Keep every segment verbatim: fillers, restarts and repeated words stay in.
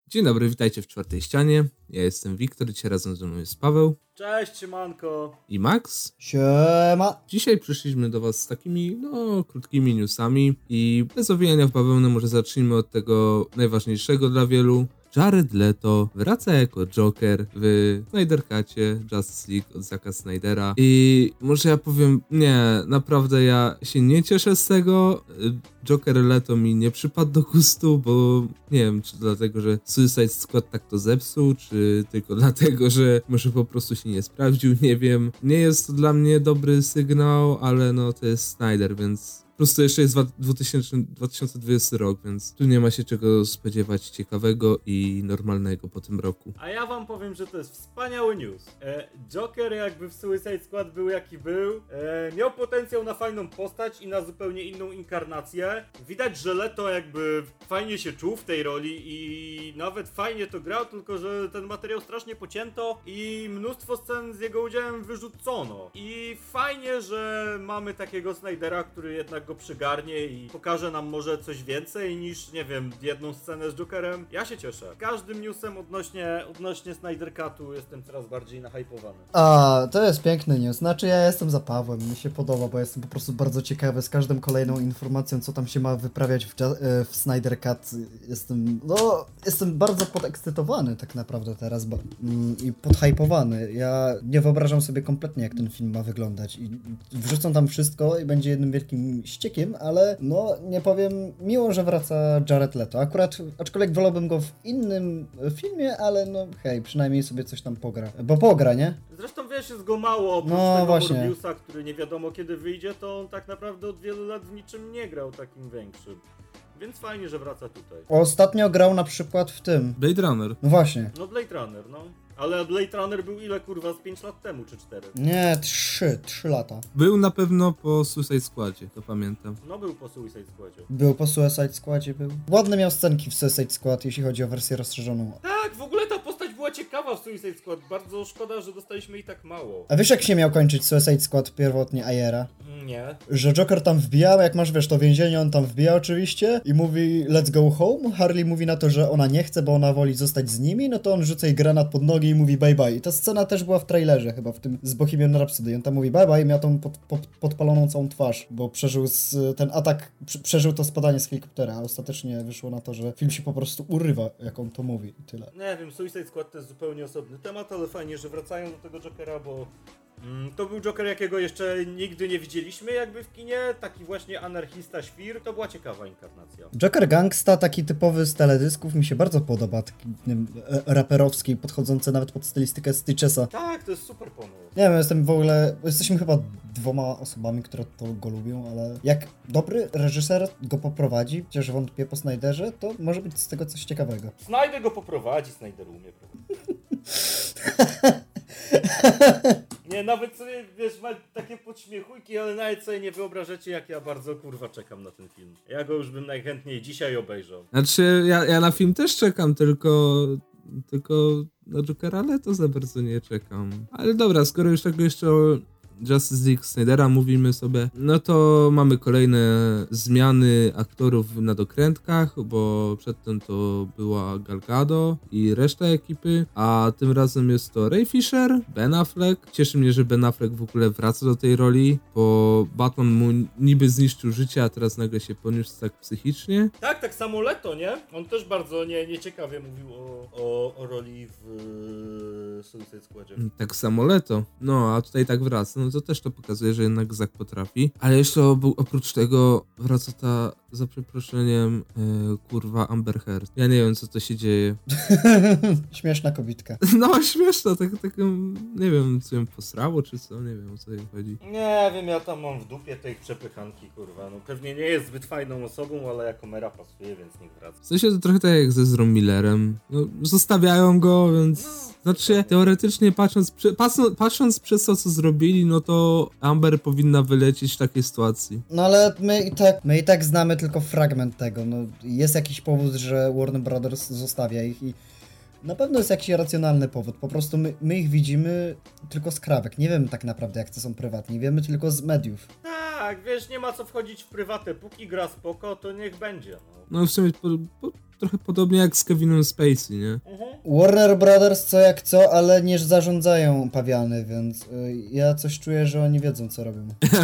Dzień dobry, witajcie w Czwartej Ścianie. Ja jestem Wiktor, dzisiaj razem ze mną jest Paweł. Cześć, siemanko. I Max. Siema. Dzisiaj przyszliśmy do was z takimi, no, krótkimi newsami i bez owijania w bawełnę może zacznijmy od tego najważniejszego dla wielu. Jared Leto wraca jako Joker w Snyder Cutie Justice League od Zacka Snydera i może ja powiem, nie, naprawdę ja się nie cieszę z tego. Joker Leto mi nie przypadł do gustu, bo nie wiem, czy dlatego, że Suicide Squad tak to zepsuł, czy tylko dlatego, że może po prostu się nie sprawdził, nie wiem. Nie jest to dla mnie dobry sygnał, ale no to jest Snyder, więc po prostu jeszcze jest dwa tysiące dwudziesty rok, więc tu nie ma się czego spodziewać ciekawego i normalnego po tym roku. A ja wam powiem, że to jest wspaniały news. E, Joker jakby w Suicide Squad był jaki był, e, miał potencjał na fajną postać i na zupełnie inną inkarnację. Widać, że Leto jakby fajnie się czuł w tej roli i nawet fajnie to grał, tylko że ten materiał strasznie pocięto i mnóstwo scen z jego udziałem wyrzucono. I fajnie, że mamy takiego Snydera, który jednak go przygarnie i pokaże nam może coś więcej niż, nie wiem, jedną scenę z Jokerem. Ja się cieszę. Każdym newsem odnośnie, odnośnie Snyder Cutu jestem coraz bardziej nahypowany. A, to jest piękny news. Znaczy ja jestem za Pawłem, mi się podoba, bo jestem po prostu bardzo ciekawy z każdą kolejną informacją, co tam się ma wyprawiać w, w Snyder Cut. Jestem, no, jestem bardzo podekscytowany tak naprawdę teraz bo, mm, i podhypowany. Ja nie wyobrażam sobie kompletnie, jak ten film ma wyglądać i wrzucą tam wszystko i będzie jednym wielkim ściekiem, ale no nie powiem, miło, że wraca Jared Leto. Akurat, aczkolwiek wolałbym go w innym filmie, ale no hej, przynajmniej sobie coś tam pogra. Bo pogra, nie? Zresztą wiesz, jest go mało, oprócz No, tego właśnie. Morbiusa, który nie wiadomo kiedy wyjdzie, to on tak naprawdę od wielu lat w niczym nie grał takim większym. Więc fajnie, że wraca tutaj. Ostatnio grał na przykład w tym. Blade Runner. No właśnie. No Blade Runner, no. Ale Blade Runner był ile kurwa z pięć lat temu, czy cztery? Nie, trzy, trzy lata. Był na pewno po Suicide Squadzie, to pamiętam. No był po Suicide Squadzie. Był po Suicide Squadzie, był. Ładne miał scenki w Suicide Squad, jeśli chodzi o wersję rozszerzoną. Tak, w ogóle ta postać była ciekawa w Suicide Squad. Bardzo szkoda, że dostaliśmy jej tak mało. A wiesz, jak się miał kończyć Suicide Squad pierwotnie Ayera? Nie. Że Joker tam wbija, jak masz, wiesz, to więzienie, on tam wbija oczywiście i mówi let's go home. Harley mówi na to, że ona nie chce, bo ona woli zostać z nimi, no to on rzuca jej granat pod nogi i mówi bye bye. I ta scena też była w trailerze chyba, w tym z Bohemian Rhapsody. On tam mówi bye bye i miał tą pod, pod, podpaloną całą twarz, bo przeżył z, ten atak, przeżył to spadanie z helikoptera, a ostatecznie wyszło na to, że film się po prostu urywa, jak on to mówi i tyle. Nie wiem, Suicide Squad to jest zupełnie osobny temat, ale fajnie, że wracają do tego Jokera, bo mm, to był Joker, jakiego jeszcze nigdy nie widzieliśmy jakby w kinie, taki właśnie anarchista, świr, to była ciekawa inkarnacja. Joker Gangsta, taki typowy z teledysków, mi się bardzo podoba, taki nie wiem, raperowski, podchodzący nawet pod stylistykę Stitchesa. Tak, to jest super pomysł. Nie wiem, jestem w ogóle, jesteśmy chyba dwoma osobami, które to go lubią, ale jak dobry reżyser go poprowadzi, chociaż wątpię po Snyderze, to może być z tego coś ciekawego. Snyder go poprowadzi, Snyder umie, prawda? Nie, nawet sobie, wiesz, ma takie podśmiechujki, ale nawet sobie nie wyobrażacie, jak ja bardzo, kurwa, czekam na ten film. Ja go już bym najchętniej dzisiaj obejrzał. Znaczy, ja, ja na film też czekam, tylko... Tylko na Jokera Leto za bardzo nie czekam. Ale dobra, skoro już tego jeszcze o Justice League Snydera mówimy sobie, no to mamy kolejne zmiany aktorów na dokrętkach, bo przedtem to była Gal Gadot i reszta ekipy, a tym razem jest to Ray Fisher, Ben Affleck. Cieszy mnie, że Ben Affleck w ogóle wraca do tej roli, bo Batman mu niby zniszczył życie, a teraz nagle się poniósł tak psychicznie. Tak, tak samo Leto, nie? On też bardzo nie, nieciekawie mówił o, o, o roli w e, Suicide Squadzie. Tak samo Leto. No, a tutaj tak wraca. No to też to pokazuje, że jednak Zack potrafi. Ale jeszcze oprócz tego wraca ta, za przeproszeniem, yy, kurwa Amber Heard. Ja nie wiem, co to się dzieje. Śmieszna kobitka. No, śmieszna, tak, tak, nie wiem, co ją posrało, czy co, nie wiem, o co jej chodzi. Nie wiem, ja tam mam w dupie tej przepychanki, kurwa. No pewnie nie jest zbyt fajną osobą, ale jako mera pasuje, więc niech wraca. W sensie to trochę tak jak ze Ezrą Millerem. No, zostawiają go, więc... No. Znaczy, teoretycznie patrząc, patrząc, patrząc przez to, co zrobili, no to Amber powinna wylecieć w takiej sytuacji. No ale my i tak, my i tak znamy tylko fragment tego. No, jest jakiś powód, że Warner Brothers zostawia ich i na pewno jest jakiś racjonalny powód. Po prostu my, my ich widzimy tylko z krawek. Nie wiemy tak naprawdę, jak to są prywatni. Wiemy tylko z mediów. Tak, wiesz, nie ma co wchodzić w prywatę. Póki gra spoko, to niech będzie. No, No w sumie po, po, trochę podobnie jak z Kevinem Spacey, nie? Mhm. Warner Brothers co jak co, ale nie zarządzają pawiany, więc y, ja coś czuję, że oni wiedzą co robią.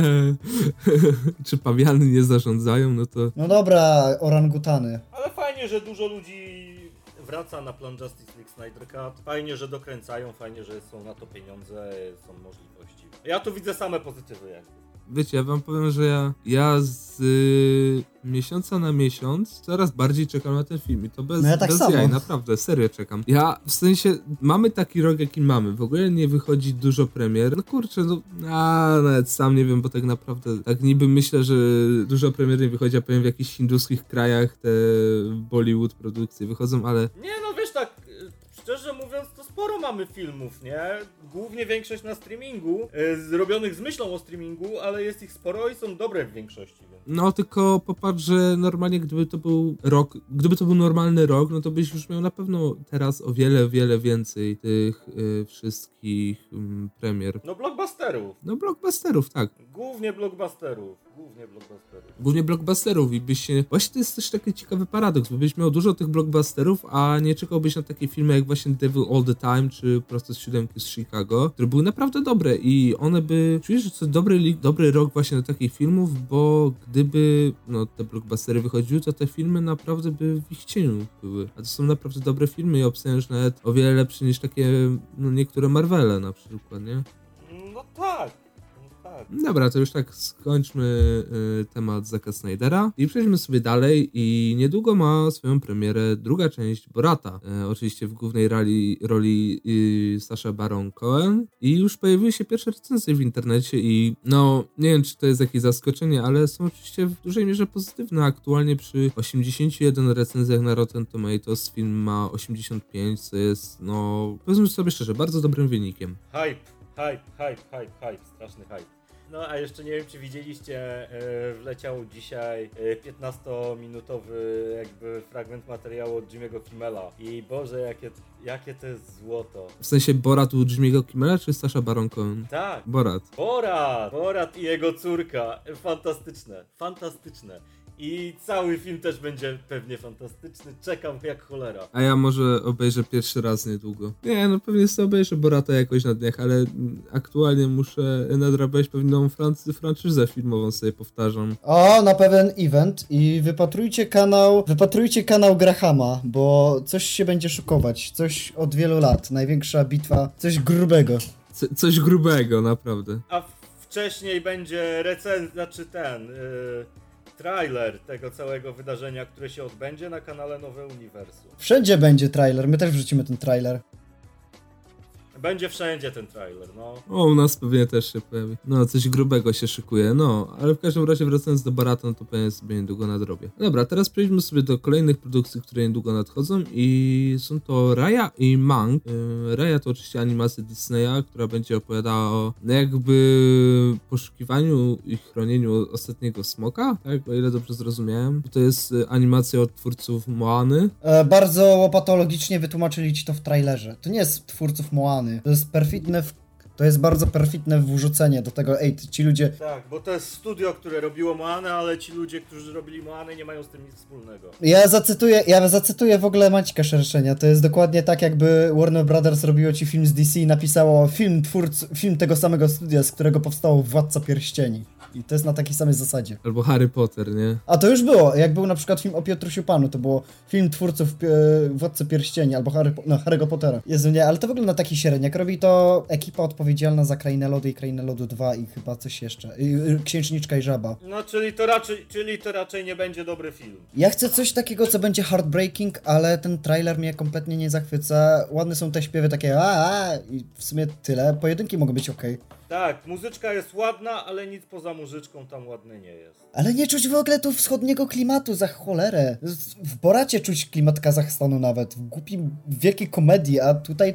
Czy pawiany nie zarządzają, no to... No dobra, orangutany. Ale fajnie, że dużo ludzi wraca na plan Justice League Snyder Cut. Fajnie, że dokręcają, fajnie, że są na to pieniądze, są możliwości. Ja tu widzę same pozytywy jakby. Wiecie, ja wam powiem, że ja, ja z y, miesiąca na miesiąc coraz bardziej czekam na ten film i to bez, No ja tak bez samo. jaj, naprawdę, serio czekam. Ja, w sensie, mamy taki rok, jaki mamy, w ogóle nie wychodzi dużo premier. No kurczę, no, a nawet sam nie wiem, bo tak naprawdę, tak niby myślę, że dużo premier nie wychodzi, a powiem w jakichś hinduskich krajach te Bollywood produkcje wychodzą, ale... Nie no, wiesz tak, szczerze mówiąc, to sporo mamy filmów, nie? Głównie większość na streamingu, yy, zrobionych z myślą o streamingu, ale jest ich sporo i są dobre w większości. Więc. No tylko popatrz, że normalnie gdyby to był rok, gdyby to był normalny rok, no to byś już miał na pewno teraz o wiele, wiele więcej tych y, wszystkich y, premier. No blockbusterów. No blockbusterów, tak. Głównie blockbusterów. Głównie blockbusterów. Głównie blockbusterów i byś się... Właśnie to jest też taki ciekawy paradoks, bo byś miał dużo tych blockbusterów, a nie czekałbyś na takie filmy jak właśnie Devil All the Time, czy Prosto z siódemki z Chicago, które były naprawdę dobre i one by... Czujesz, że to dobry, dobry rok właśnie do takich filmów, bo gdyby no, te blockbustery wychodziły, to te filmy naprawdę by w ich cieniu były. A to są naprawdę dobre filmy i obstawiam, że nawet o wiele lepsze niż takie no, niektóre Marvele na przykład, nie? No tak. No tak. Dobra, to już tak skończmy y, temat Zacka Snydera i przejdźmy sobie dalej i niedługo ma swoją premierę druga część Borata. E, oczywiście w głównej roli, roli y, Sacha Baron Cohen i już pojawiły się pierwsze recenzje w internecie i no, nie wiem czy to jest jakieś zaskoczenie, ale są oczywiście w dużej mierze pozytywne. Aktualnie przy osiemdziesięciu jeden recenzjach na Rotten Tomatoes film ma osiemdziesiąt pięć, co jest no, powiedzmy sobie szczerze, bardzo dobrym wynikiem. Hype, hype, hype, hype, hype, straszny hype. No a jeszcze nie wiem czy widzieliście, yy, wleciał dzisiaj yy, piętnastominutowy jakby fragment materiału od Jimmy'ego Kimmela i Boże jakie, jakie to jest złoto. W sensie Borat u Jimmy'ego Kimmela czy Sacha Baron Cohen? Tak, Borat. Borat, Borat i jego córka, fantastyczne, fantastyczne. I cały film też będzie pewnie fantastyczny, czekam jak cholera. A ja może obejrzę pierwszy raz niedługo. Nie, no pewnie sobie obejrzę Borata jakoś na dniach, ale aktualnie muszę nadrabiać pewną franc- franczyzę filmową, sobie powtarzam. O, na pewien event i wypatrujcie kanał, wypatrujcie kanał Grahama, bo coś się będzie szykować, coś od wielu lat, największa bitwa, coś grubego. Co- coś grubego, naprawdę. A w- wcześniej będzie recenzja, znaczy ten... Yy... trailer tego całego wydarzenia, które się odbędzie na kanale Nowe Uniwersum. Wszędzie będzie trailer, my też wrzucimy ten trailer. Będzie wszędzie ten trailer, no. O, u nas pewnie też się pojawi. No, coś grubego się szykuje, no. Ale w każdym razie wracając do Barata, no to pewnie sobie niedługo nadrobię. Dobra, teraz przejdźmy sobie do kolejnych produkcji, które niedługo nadchodzą i są to Raya i Mank. Yy, Raya to oczywiście animacja Disneya, która będzie opowiadała o no jakby poszukiwaniu i chronieniu ostatniego smoka, tak? O ile dobrze zrozumiałem. To jest y, animacja od twórców Moany. E, bardzo łopatologicznie wytłumaczyli ci to w trailerze. To nie jest twórców Moany. To jest perfidne, w... to jest bardzo perfidne wrzucenie do tego, ej, ci ludzie... Tak, bo to jest studio, które robiło Moanę, ale ci ludzie, którzy robili Moanę, nie mają z tym nic wspólnego. Ja zacytuję, ja zacytuję w ogóle Maćka Szerszenia, to jest dokładnie tak jakby Warner Brothers robiło ci film z D C i napisało film twórc, film tego samego studia, z którego powstało Władca Pierścieni. I to jest na takiej samej zasadzie. Albo Harry Potter, nie? A to już było, jak był na przykład film o Piotrusiu Panu, to było film twórców e, Władcy Pierścieni albo Harry, no, Harry'ego Pottera. Jezu, nie, ale to wygląda taki średniak. Robi to ekipa odpowiedzialna za Krainę Lodu i Krainę Lodu dwa i chyba coś jeszcze. I, y, Księżniczka i Żaba. No, czyli to raczej, czyli to raczej nie będzie dobry film. Ja chcę coś takiego, co będzie heartbreaking, ale ten trailer mnie kompletnie nie zachwyca. Ładne są te śpiewy takie a, a i w sumie tyle. Pojedynki mogą być okej. Tak, muzyczka jest ładna, ale nic poza muzyczką tam ładne nie jest. Ale nie czuć w ogóle tu wschodniego klimatu, za cholerę. W Boracie czuć klimat Kazachstanu nawet, w głupim, wielkiej komedii, a tutaj to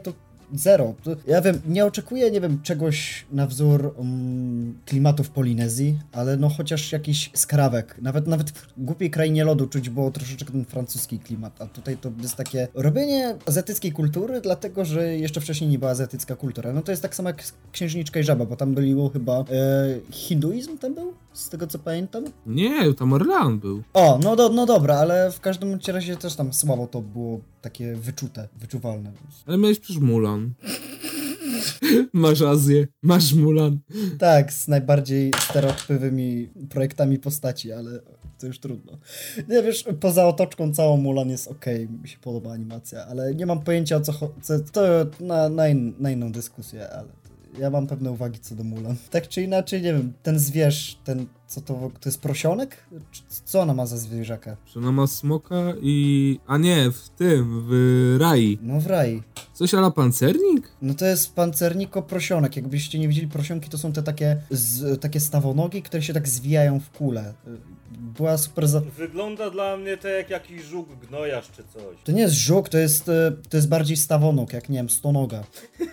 zero. To, ja wiem, nie oczekuję, nie wiem, czegoś na wzór um, klimatu w Polinezji, ale no chociaż jakiś skrawek. Nawet, nawet w głupiej krainie lodu czuć było troszeczkę ten francuski klimat, a tutaj to jest takie robienie azjatyckiej kultury, dlatego, że jeszcze wcześniej nie była azjatycka kultura. No to jest tak samo jak Księżniczka i Żaba, bo tam było chyba e, hinduizm tam był? Z tego co pamiętam? Nie, tam Orlean był. O, no, do, no dobra, ale w każdym razie też tam słabo to było takie wyczute, wyczuwalne. Ale miałeś przecież Mulan. Masz Azję, masz Mulan. Tak, z najbardziej stereotypowymi projektami postaci, ale to już trudno. Nie wiesz, poza otoczką całą Mulan jest okej, okay, mi się podoba animacja, ale nie mam pojęcia o co chodzi. To na, na, in, na inną dyskusję, ale ja mam pewne uwagi co do Mulan. Tak czy inaczej, nie wiem, ten zwierz, ten, co to, to jest prosionek? Co ona ma za zwierzaka? Że ona ma smoka i... A nie, w tym, w Rai. No w Rai. Coś ala pancernik? No to jest pancerniko-prosionek. Jakbyście nie widzieli prosionki, to są te takie, z, takie stawonogi, które się tak zwijają w kulę. Była super za... Wygląda dla mnie to jak jakiś żuk gnojarz czy coś. To nie jest żuk, to jest, to jest bardziej stawonóg, jak nie wiem, stonoga.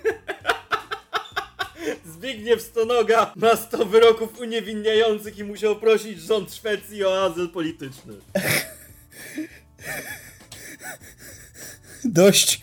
Zbigniew Stonoga ma sto wyroków uniewinniających i musiał prosić rząd Szwecji o azyl polityczny. Dość.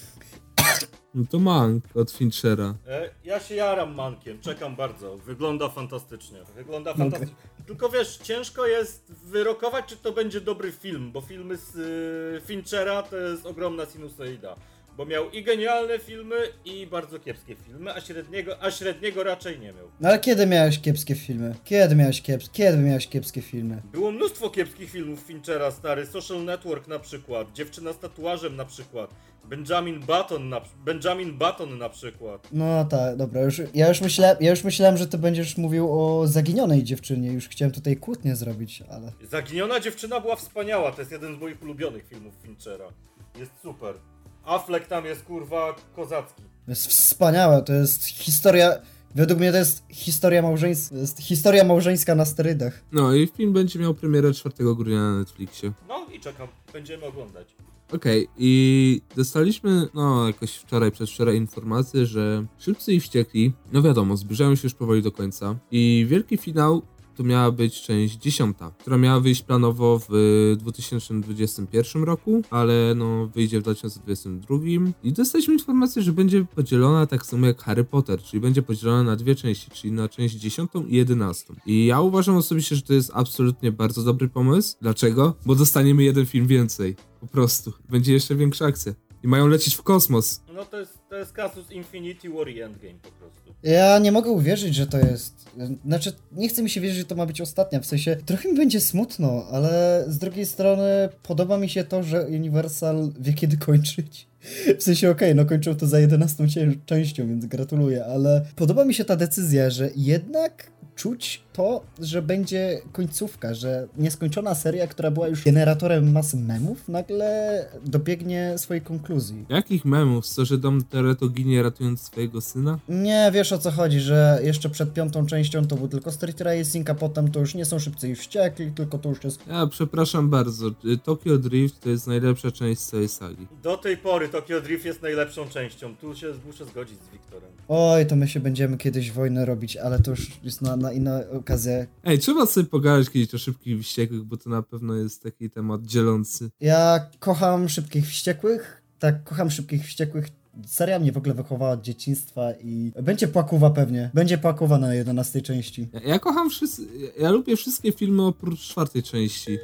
No to Mank od Finchera. E, ja się jaram Mankiem, czekam bardzo. Wygląda fantastycznie. Wygląda fantastycznie. Okay. Tylko wiesz, ciężko jest wyrokować, czy to będzie dobry film, bo filmy z y, Finchera to jest ogromna sinusoida. Bo miał i genialne filmy, i bardzo kiepskie filmy, a średniego, a średniego raczej nie miał. No ale kiedy miałeś kiepskie filmy? Kiedy miałeś kiepskie, kiedy miałeś kiepskie filmy? Było mnóstwo kiepskich filmów Finchera, stary. Social Network na przykład, Dziewczyna z tatuażem na przykład, Benjamin Button na, Benjamin Button na przykład. No tak, dobra, już, ja, już myślałem, ja już myślałem, że ty będziesz mówił o zaginionej dziewczynie, już chciałem tutaj kłótnię zrobić, ale... Zaginiona dziewczyna była wspaniała, to jest jeden z moich ulubionych filmów Finchera. Jest super. Affleck tam jest, kurwa, kozacki. To jest wspaniałe, to jest historia... Według mnie to jest historia małżeńska, to jest historia małżeńska na sterydach. No i film będzie miał premierę czwartego grudnia na Netflixie. No i czekam, będziemy oglądać. Okej, okay, i dostaliśmy, no jakoś wczoraj, przedwczoraj informację, że Szybcy i Wściekli, no wiadomo, zbliżają się już powoli do końca i wielki finał to miała być część dziesiąta, która miała wyjść planowo w dwa tysiące dwudziestym pierwszym roku, ale no wyjdzie w dwa tysiące dwudziestym drugim i dostaliśmy informację, że będzie podzielona tak samo jak Harry Potter, czyli będzie podzielona na dwie części, czyli na część dziesiątą i jedenastą. I ja uważam osobiście, że to jest absolutnie bardzo dobry pomysł. Dlaczego? Bo dostaniemy jeden film więcej. Po prostu. Będzie jeszcze większa akcja. I mają lecieć w kosmos. No to jest, to jest kasus Infinity War i Endgame po prostu. Ja nie mogę uwierzyć, że to jest... Znaczy, nie chce mi się wierzyć, że to ma być ostatnia. W sensie, trochę mi będzie smutno, ale z drugiej strony podoba mi się to, że Universal wie kiedy kończyć. W sensie, okej, okay, no kończą to za jedenastą częścią, więc gratuluję, ale podoba mi się ta decyzja, że jednak czuć to, że będzie końcówka, że nieskończona seria, która była już generatorem masy memów, nagle dobiegnie swojej konkluzji. Jakich memów? Co, że Dom Toretto ginie ratując swojego syna? Nie, wiesz o co chodzi, że jeszcze przed piątą częścią to był tylko Street Racing, a potem to już nie są Szybcy i Wściekli, tylko to już jest... Ja przepraszam bardzo, Tokyo Drift to jest najlepsza część całej sagi. Do tej pory Tokyo Drift jest najlepszą częścią, tu się muszę zgodzić z Wiktorem. Oj, to my się będziemy kiedyś wojnę robić, ale to już jest na, na inną okazję. Ej, trzeba sobie pogadać kiedyś o Szybkich i Wściekłych, bo to na pewno jest taki temat dzielący. Ja kocham Szybkich Wściekłych, tak, kocham Szybkich Wściekłych. Seria mnie w ogóle wychowała od dzieciństwa i będzie płakuwa pewnie. Będzie płakuwa na jedenastej części. Ja, ja kocham wszyscy... Ja lubię wszystkie filmy oprócz czwartej części.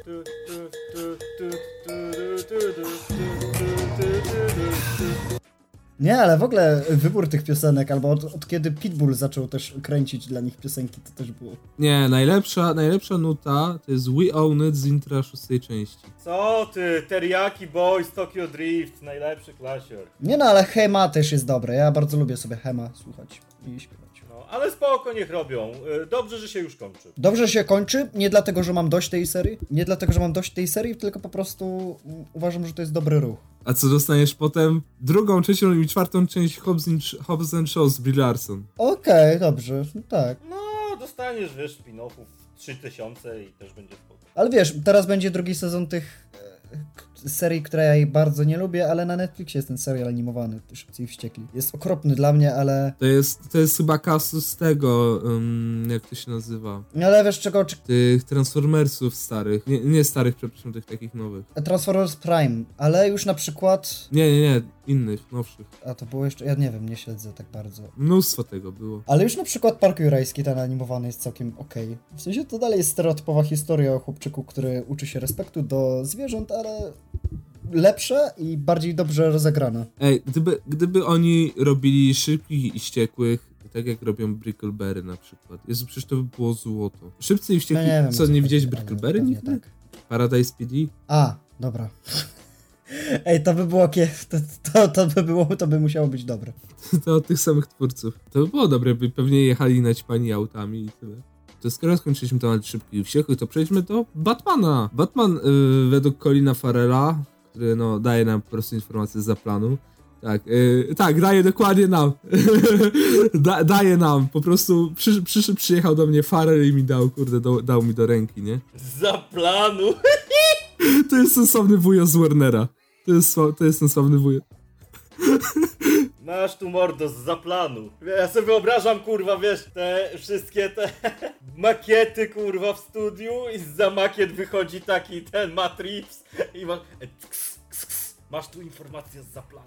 Nie, ale w ogóle wybór tych piosenek, albo od, od kiedy Pitbull zaczął też kręcić dla nich piosenki, to też było. Nie, najlepsza, najlepsza nuta to jest We Own It z intra szóstej części. Co ty, Teriyaki Boys, Tokyo Drift, najlepszy klasior. Nie no, ale Hema też jest dobre, ja bardzo lubię sobie Hema słuchać i śpiewać. No, ale spoko, niech robią. Dobrze, że się już kończy. Dobrze się kończy, nie dlatego, że mam dość tej serii, nie dlatego, że mam dość tej serii, tylko po prostu uważam, że to jest dobry ruch. A co dostaniesz potem? Drugą, trzecią i czwartą część Hobbs and, Hobbs and Shaw z Brie Larson. Okej, okay, dobrze, no tak. No, dostaniesz, wiesz, spin-offów trzy tysiące i też będzie spoko. Ale wiesz, teraz będzie drugi sezon tych... z serii, której ja jej bardzo nie lubię, ale na Netflixie jest ten serial animowany, Szybcy i Wściekli. Jest okropny dla mnie, ale... To jest, to jest chyba kasus z tego, um, jak to się nazywa? Ale wiesz czego... Czy... Tych Transformersów starych. Nie, nie starych, przepraszam, tych takich nowych. Transformers Prime, ale już na przykład... Nie, nie, nie, innych, nowszych. A to było jeszcze... Ja nie wiem, nie śledzę tak bardzo. Mnóstwo tego było. Ale już na przykład Park Jurajski, ten animowany, jest całkiem okej. Okay. W sensie to dalej jest stereotypowa historia o chłopczyku, który uczy się respektu do zwierząt, ale lepsze i bardziej dobrze rozegrane. Ej, gdyby, gdyby oni robili Szybkich i Wściekłych, tak jak robią Brickleberry na przykład. Jezu, przecież to by było złoto. Szybcy i Wściekli... No nie wiem, co, co nie chodzi, widziałeś ale Brickleberry pewnie nigdy? tak. Paradise P D? A, dobra. Ej, to by było kie... To, to, to by było, to by musiało być dobre. To od tych samych twórców. To by było dobre, by pewnie jechali naćpani autami i tyle. To skoro skończyliśmy temat Szybkich i Wściekłych, to przejdźmy do Batmana. Batman yy, według Colina Farrella, który no daje nam po prostu informacje z planu. Tak, yy, tak, daje dokładnie nam. da, daje nam. Po prostu przy, przy, przyjechał do mnie Farrell i mi dał, kurde, do, dał mi do ręki, nie? Za planu! To jest ten sławny wujo z Warnera. To jest, to jest ten sławny wujo. Masz tu mordo z zaplanu. Ja sobie wyobrażam, kurwa, wiesz, te wszystkie te makiety, kurwa, w studiu i zza makiet wychodzi taki ten Matrix i ma... e, ks, ks, ks. Masz tu informację z zaplanu.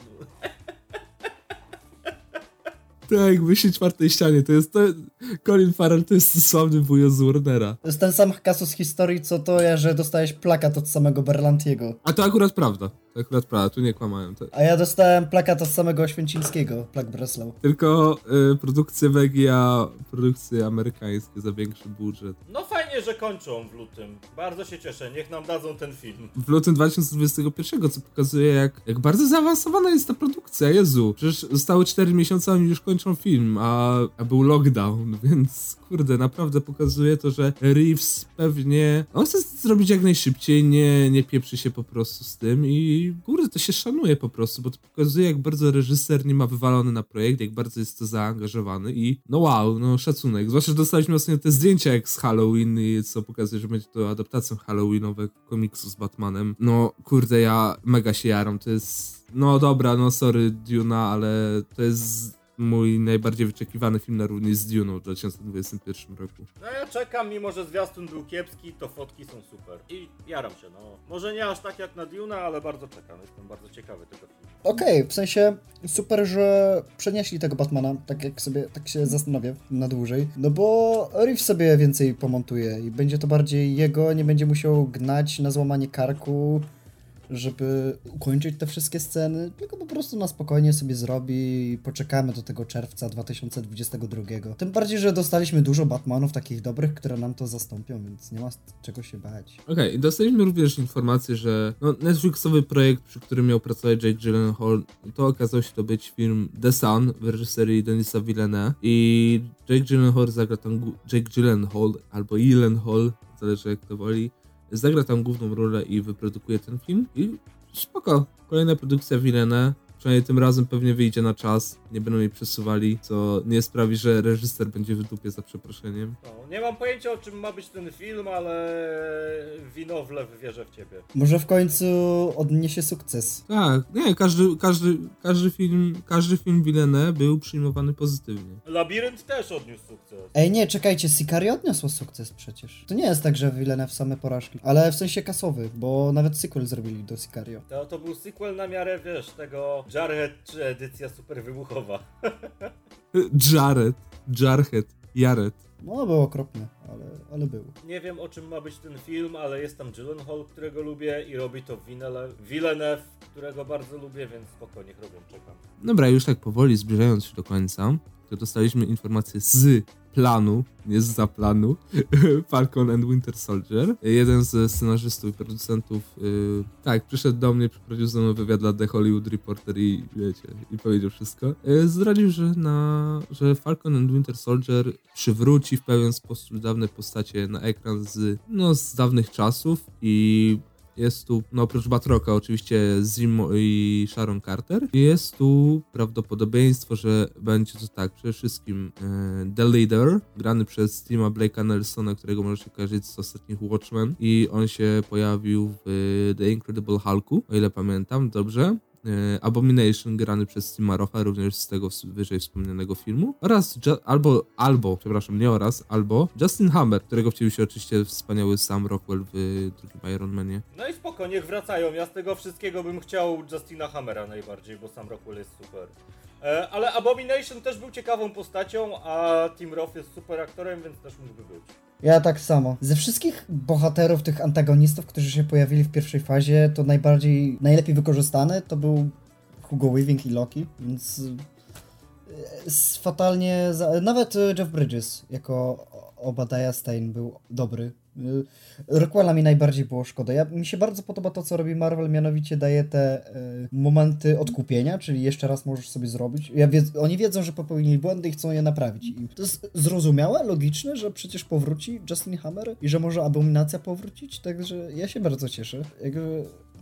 Tak, myśli czwartej ścianie, to jest to... Colin Farrell to jest sławny wujo z Warnera. To jest ten sam kasus historii, co to, że dostałeś plakat od samego Berlantiego. A to akurat prawda. To akurat prawda, tu nie kłamałem. To... A ja dostałem plakat od samego Oświęcimskiego, Plak Breslau. Tylko y, produkcje Wegi, a produkcje amerykańskie za większy budżet. No fajnie, że kończą w lutym. Bardzo się cieszę, niech nam dadzą ten film. W lutym dwa tysiące dwudziestego pierwszego, co pokazuje jak, jak bardzo zaawansowana jest ta produkcja, Jezu. Przecież zostały cztery miesiące, a oni już kończą film, a, a był lockdown, więc kurde, naprawdę pokazuje to, że Reeves pewnie... On chce zrobić jak najszybciej, nie, nie pieprzy się po prostu z tym i kurde, to się szanuje po prostu, bo to pokazuje jak bardzo reżyser nie ma wywalony na projekt, jak bardzo jest to zaangażowany i no wow, no szacunek. Zwłaszcza, że dostaliśmy ostatnio te zdjęcia jak z Halloween i co pokazuje, że będzie to adaptacją halloweenowego komiksu z Batmanem. No kurde, ja mega się jaram, to jest... No dobra, no sorry Duna, ale to jest mój najbardziej wyczekiwany film na równi z Duną w dwa tysiące dwudziestym pierwszym roku. No ja czekam, mimo że zwiastun był kiepski, to fotki są super. I jaram się, no. Może nie aż tak jak na Duna, ale bardzo czekam. Jestem bardzo ciekawy tego filmu. Okej, okay, w sensie super, że przenieśli tego Batmana, tak jak sobie, tak się zastanowię na dłużej. No bo Reeves sobie więcej pomontuje i będzie to bardziej jego, nie będzie musiał gnać na złamanie karku, żeby ukończyć te wszystkie sceny, tylko po prostu na spokojnie sobie zrobi i poczekamy do tego czerwca dwa tysiące dwudziestego drugiego. Tym bardziej, że dostaliśmy dużo Batmanów takich dobrych, które nam to zastąpią, więc nie ma czego się bać. Okej, okay, i dostaliśmy również informację, że no, Netflixowy projekt, przy którym miał pracować Jake Gyllenhaal, to okazał się to być film The Sun w reżyserii Denisa Villeneuve i Jake Gyllenhaal zagra tam Jake Gyllenhaal albo Gyllenhaal, zależy jak to woli, zagra tam główną rolę i wyprodukuje ten film i spoko. Kolejna produkcja Villeneuve, przynajmniej tym razem pewnie wyjdzie na czas, nie będą jej przesuwali, co nie sprawi, że reżyser będzie w dupie za przeproszeniem. No, nie mam pojęcia o czym ma być ten film, ale Winowlew wierzę w ciebie. Może w końcu odniesie sukces. Tak, nie, każdy, każdy, każdy film, każdy film Villeneuve był przyjmowany pozytywnie. Labirynt też odniósł sukces. Ej, nie, czekajcie, Sicario odniosło sukces przecież. To nie jest tak, że Villeneuve same porażki, ale w sensie kasowy, bo nawet sequel zrobili do Sicario. To, to był sequel na miarę, wiesz, tego Jarhead czy edycja super wybuchowa. Jared, Jarhead, Jared. No, było okropne, ale, ale było. Nie wiem o czym ma być ten film, ale jest tam Gyllenhaal, którego lubię i robi to Villeneuve, którego bardzo lubię, więc spokojnie robią, czekam. Dobra, już tak powoli zbliżając się do końca, to dostaliśmy informację z planu, nie zza planu, Falcon and Winter Soldier. Jeden ze scenarzystów i producentów, yy, tak, przyszedł do mnie, przeprowadził ze mną wywiad dla The Hollywood Reporter i wiecie, i powiedział wszystko. Yy, zdradził, że, na, że Falcon and Winter Soldier przywróci w pewien sposób dawne postacie na ekran z, no, z dawnych czasów i jest tu, no oprócz Batrocka oczywiście Zimo i Sharon Carter, jest tu prawdopodobieństwo, że będzie to tak, przede wszystkim e, The Leader, grany przez Tima Blake'a Nelsona, którego możecie kojarzyć z ostatnich Watchmen i on się pojawił w The Incredible Hulku, o ile pamiętam, dobrze. Abomination, grany przez Tima Rocha, również z tego wyżej wspomnianego filmu, oraz Ju- albo, albo, przepraszam, nie oraz, albo Justin Hammer, którego wcielił się oczywiście wspaniały Sam Rockwell w drugim Iron Manie. No i spoko, niech wracają. Ja z tego wszystkiego bym chciał Justina Hammera najbardziej, bo Sam Rockwell jest super. E, ale Abomination też był ciekawą postacią, a Tim Roth jest super aktorem, więc też mógłby być. Ja tak samo. Ze wszystkich bohaterów, tych antagonistów, którzy się pojawili w pierwszej fazie, to najbardziej, najlepiej wykorzystany to był Hugo Weaving i Loki, więc jest fatalnie... Za... Nawet Jeff Bridges jako Obadiah Stane był dobry. Rockwella mi najbardziej było szkoda. Ja, mi się bardzo podoba to, co robi Marvel, mianowicie daje te y, momenty odkupienia, czyli jeszcze raz możesz sobie zrobić. Ja wiedz, oni wiedzą, że popełnili błędy i chcą je naprawić. I to jest zrozumiałe, logiczne, że przecież powróci Justin Hammer i że może Abominacja powrócić, także ja się bardzo cieszę. Jakby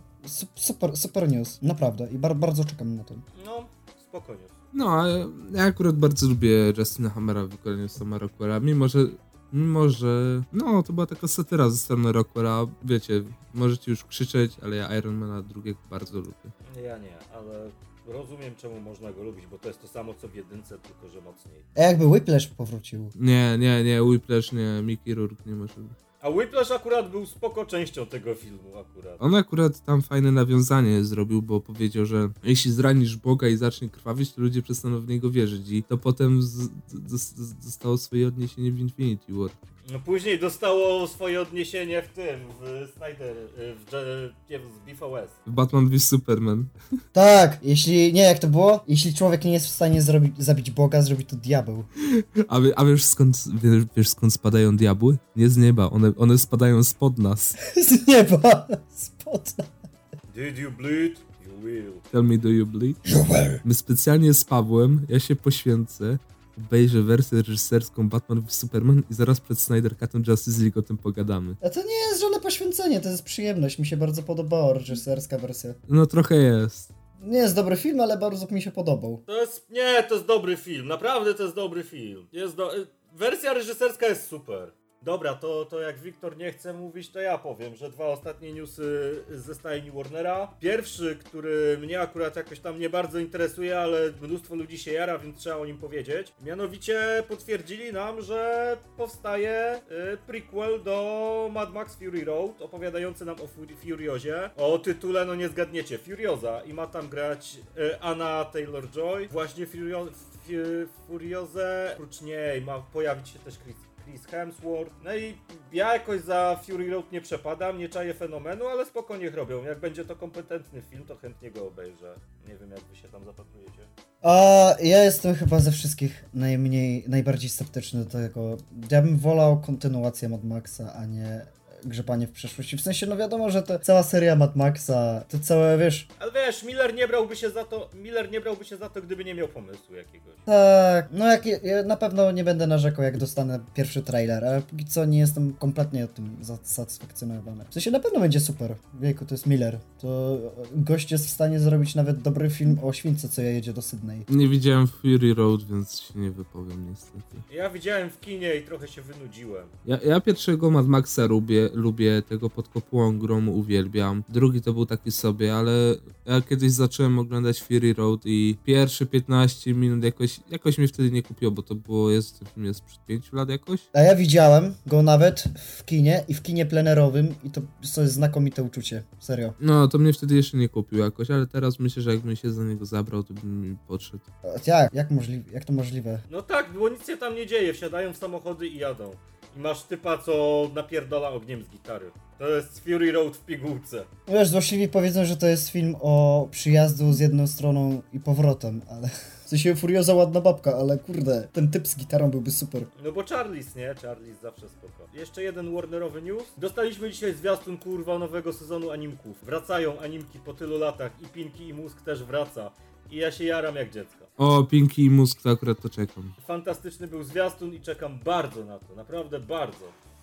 super, super news, naprawdę. I bar, bardzo czekam na to. No, spokojnie. No, ja akurat bardzo lubię Justina Hammera w wykonaniu Sama Rockwella, mimo że Mimo, że no, to była taka satyra ze strony Rockwella, wiecie, możecie już krzyczeć, ale ja Ironmana drugiego bardzo lubię. Ja nie, ale rozumiem, czemu można go lubić, bo to jest to samo co w jedynce, tylko że mocniej. A jakby Whiplash powrócił? Nie, nie, nie, Whiplash nie, Mickey Rourke nie może być. A Whiplash akurat był spoko częścią tego filmu akurat. On akurat tam fajne nawiązanie zrobił, bo powiedział, że jeśli zranisz Boga i zacznie krwawić, to ludzie przestaną w niego wierzyć i to potem z, z, z, dostało swoje odniesienie w Infinity War. No później dostało swoje odniesienie w tym, w Snyder, w, nie, w B V S. W Batman v Superman. Tak, jeśli, nie jak to było? Jeśli człowiek nie jest w stanie zrobić, zabić Boga, zrobi to diabeł. A, wie, a wiesz, skąd, wiesz, wiesz skąd spadają diabły? Nie z nieba, one, one spadają spod nas. Z nieba, spod nas. Did you bleed? You will. Tell me, do you bleed? You will. My specjalnie z Pawłem, ja się poświęcę, obejrzę wersję reżyserską Batman v Superman i zaraz przed Snyder Cutem Justice League o tym pogadamy. A to nie jest żadne poświęcenie, to jest przyjemność. Mi się bardzo podobała reżyserska wersja. No trochę jest. Nie jest dobry film, ale bardzo mi się podobał. To jest, nie, to jest dobry film, naprawdę to jest dobry film. Jest do, wersja reżyserska jest super. Dobra, to, to jak Wiktor nie chce mówić, to ja powiem, że dwa ostatnie newsy ze stajni Warnera. Pierwszy, który mnie akurat jakoś tam nie bardzo interesuje, ale mnóstwo ludzi się jara, więc trzeba o nim powiedzieć. Mianowicie potwierdzili nam, że powstaje y, prequel do Mad Max Fury Road, opowiadający nam o Fury, Furiozie. O tytule, no nie zgadniecie, Furioza. I ma tam grać y, Anna Taylor-Joy. Właśnie Furio, f, Furiozę, oprócz niej ma pojawić się też Chris Chris Hemsworth. No i ja jakoś za Fury Road nie przepadam, nie czaję fenomenu, ale spoko niech robią. Jak będzie to kompetentny film, to chętnie go obejrzę. Nie wiem, jak wy się tam zapatrujecie. A ja jestem chyba ze wszystkich najmniej, najbardziej sceptyczny do tego. Ja bym wolał kontynuację Mad Maxa, a nie grzebanie w przeszłości. W sensie, no wiadomo, że to cała seria Mad Maxa, to całe, wiesz... Ale wiesz, Miller nie brałby się za to, Miller nie brałby się za to, gdyby nie miał pomysłu jakiegoś. Tak, no jak, ja na pewno nie będę narzekał, jak dostanę pierwszy trailer, ale póki co nie jestem kompletnie tym zasatysfakcjonowany. W sensie, na pewno będzie super. Wieku, to jest Miller. To gość jest w stanie zrobić nawet dobry film o śwince, co ja jedzie do Sydney. Nie widziałem Fury Road, więc się nie wypowiem niestety. Ja widziałem w kinie i trochę się wynudziłem. Ja, ja pierwszego Mad Maxa lubię, lubię tego pod kopułą gromu, uwielbiam. Drugi to był taki sobie, ale ja kiedyś zacząłem oglądać Fury Road i pierwsze piętnaście minut jakoś, jakoś mnie wtedy nie kupiło, bo to było, jest, ten film jest przed pięciu lat jakoś. A ja widziałem go nawet w kinie i w kinie plenerowym i to, to jest znakomite uczucie, serio. No, to mnie wtedy jeszcze nie kupił jakoś, ale teraz myślę, że jakbym się za niego zabrał, to bym mi podszedł. Jak? Jak, możli- jak to możliwe? No tak, bo nic się tam nie dzieje, wsiadają w samochody i jadą. I masz typa, co napierdala ogniem z gitary. To jest Fury Road w pigułce. Wiesz, złośliwi powiedzą, że to jest film o przyjazdu z jedną stroną i powrotem, ale... W sensie Furioza ładna babka, ale kurde, ten typ z gitarą byłby super. No bo Charlize, nie? Charlize zawsze spoko. Jeszcze jeden Warnerowy news. Dostaliśmy dzisiaj zwiastun, kurwa, nowego sezonu animków. Wracają animki po tylu latach i Pinky i Mózg też wraca. I ja się jaram jak dziecko. O, Pinky i Mózg, to akurat to czekam. Fantastyczny był zwiastun i czekam bardzo na to, naprawdę bardzo.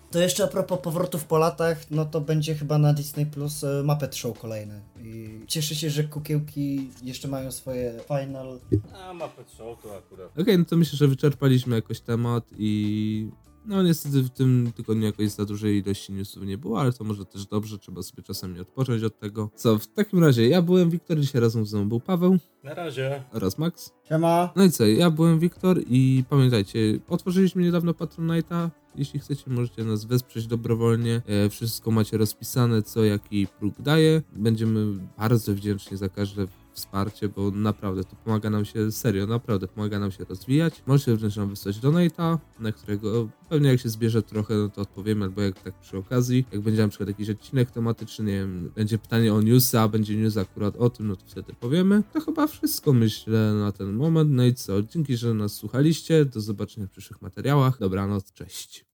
To jeszcze a propos powrotów po latach, no to będzie chyba na Disney Plus e, Muppet Show kolejny. I cieszę się, że kukiełki jeszcze mają swoje final. A, Muppet Show to akurat. Okej, okay, no to myślę, że wyczerpaliśmy jakoś temat i no niestety w tym tygodniu jakoś za dużej ilości newsów nie było, ale to może też dobrze, trzeba sobie czasami odpocząć od tego. Co, w takim razie ja byłem Wiktor, dzisiaj razem ze mną był Paweł. Na razie. Oraz Max. Siema. No i co, ja byłem Wiktor i pamiętajcie, otworzyliśmy niedawno Patronite'a. Jeśli chcecie, możecie nas wesprzeć dobrowolnie. E, wszystko macie rozpisane, co jaki próg daje. Będziemy bardzo wdzięczni za każde wsparcie, bo naprawdę to pomaga nam się, serio, naprawdę pomaga nam się rozwijać. Możecie również nam wysłać donate'a, na którego pewnie jak się zbierze trochę, no to odpowiemy, albo jak tak przy okazji. Jak będzie na przykład jakiś odcinek tematyczny, nie wiem, będzie pytanie o newsy, a będzie news akurat o tym, no to wtedy powiemy. To chyba wszystko, myślę, na ten moment. No i co, dzięki, że nas słuchaliście. Do zobaczenia w przyszłych materiałach. Dobranoc, cześć.